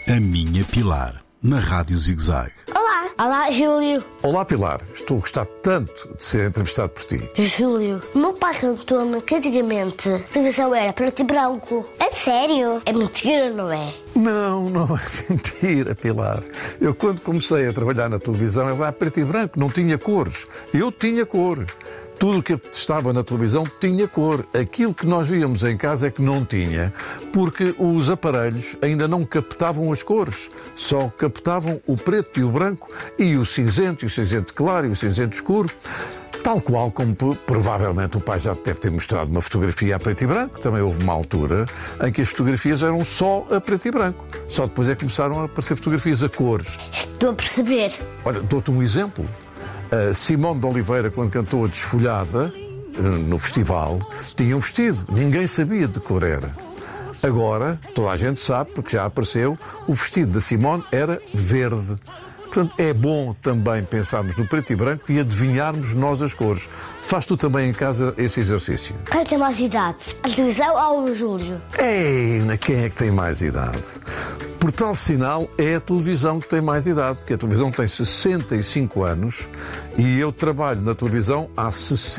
A Minha Pilar, na Rádio Zig-Zag. Olá. Olá, Júlio. Olá, Pilar. Estou a gostar tanto de ser entrevistado por ti. Júlio, o meu pai contou-me que antigamente a televisão era preto e branco. É sério? É mentira, não é? Não é mentira, Pilar. Eu, quando comecei a trabalhar na televisão, era preto e branco, não tinha cores. Eu tinha cor. Tudo o que estava na televisão tinha cor. Aquilo que nós víamos em casa é que não tinha, porque os aparelhos ainda não captavam as cores. Só captavam o preto e o branco e o cinzento claro e o cinzento escuro. Tal qual como provavelmente o pai já deve ter mostrado uma fotografia a preto e branco. Também houve uma altura em que as fotografias eram só a preto e branco. Só depois é que começaram a aparecer fotografias a cores. Estou a perceber. Olha, dou-te um exemplo. A Simone de Oliveira, quando cantou a Desfolhada, no festival, tinha um vestido. Ninguém sabia de cor era. Agora, toda a gente sabe, porque já apareceu, o vestido da Simone era verde. Portanto, é bom também pensarmos no preto e branco e adivinharmos nós as cores. Faz tu também em casa esse exercício. Quem tem mais idade? A televisão ou o Júlio? Quem é que tem mais idade? Por tal sinal, é a televisão que tem mais idade, porque a televisão tem 65 anos e eu trabalho na televisão há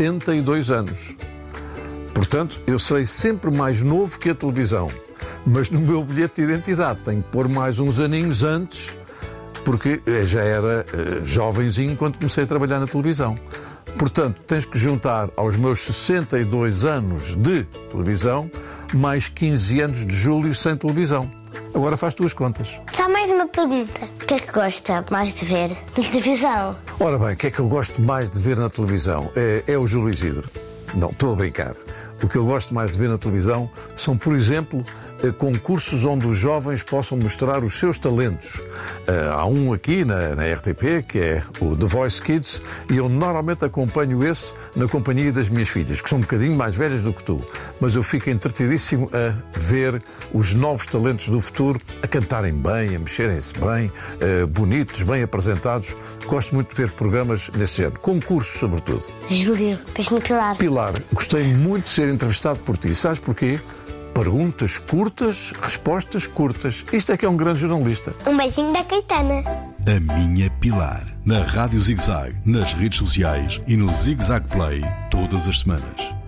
62 anos. Portanto, eu serei sempre mais novo que a televisão. Mas no meu bilhete de identidade tenho que pôr mais uns aninhos antes, porque já era jovenzinho quando comecei a trabalhar na televisão. Portanto, tens que juntar aos meus 62 anos de televisão mais 15 anos de Júlio sem televisão. Agora faz tuas contas. Só mais uma pergunta. O que é que gosta mais de ver na televisão? Ora bem, o que é que eu gosto mais de ver na televisão? É o Júlio Isidro. Não, estou a brincar. O que eu gosto mais de ver na televisão são, por exemplo, concursos onde os jovens possam mostrar os seus talentos. Há um aqui na RTP, que é o The Voice Kids, e eu normalmente acompanho esse na companhia das minhas filhas, que são um bocadinho mais velhas do que tu. Mas eu fico entretidíssimo a ver os novos talentos do futuro a cantarem bem, a mexerem-se bem, bonitos, bem apresentados. Gosto muito de ver programas nesse género. Concursos, sobretudo. Júlio, beijo-me Pilar. Pilar, gostei muito de ser entrevistado por ti. Sabes porquê? Perguntas curtas, respostas curtas. Isto é que é um grande jornalista. Um beijinho da Caetana. A Minha Pilar, na Rádio Zig-Zag, nas redes sociais e no Zig-Zag Play, todas as semanas.